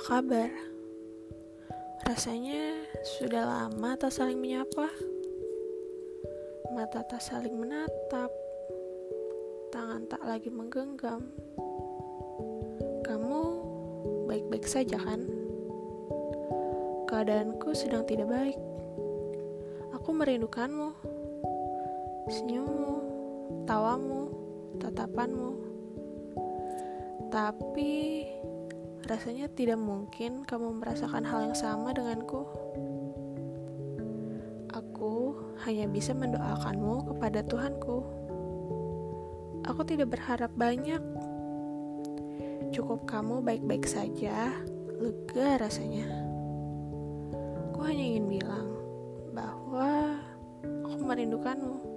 kabar? Rasanya sudah lama tak saling menyapa, mata tak saling menatap, tangan tak lagi menggenggam. Kamu baik-baik saja kan? Keadaanku sedang tidak baik. Aku merindukanmu, senyummu, tawamu, tatapanmu. Tapi rasanya tidak mungkin kamu merasakan hal yang sama denganku. Aku hanya bisa mendoakanmu kepada Tuhanku. Aku tidak berharap banyak. Cukup kamu baik-baik saja, lega rasanya. Aku hanya ingin bilang bahwa aku merindukanmu.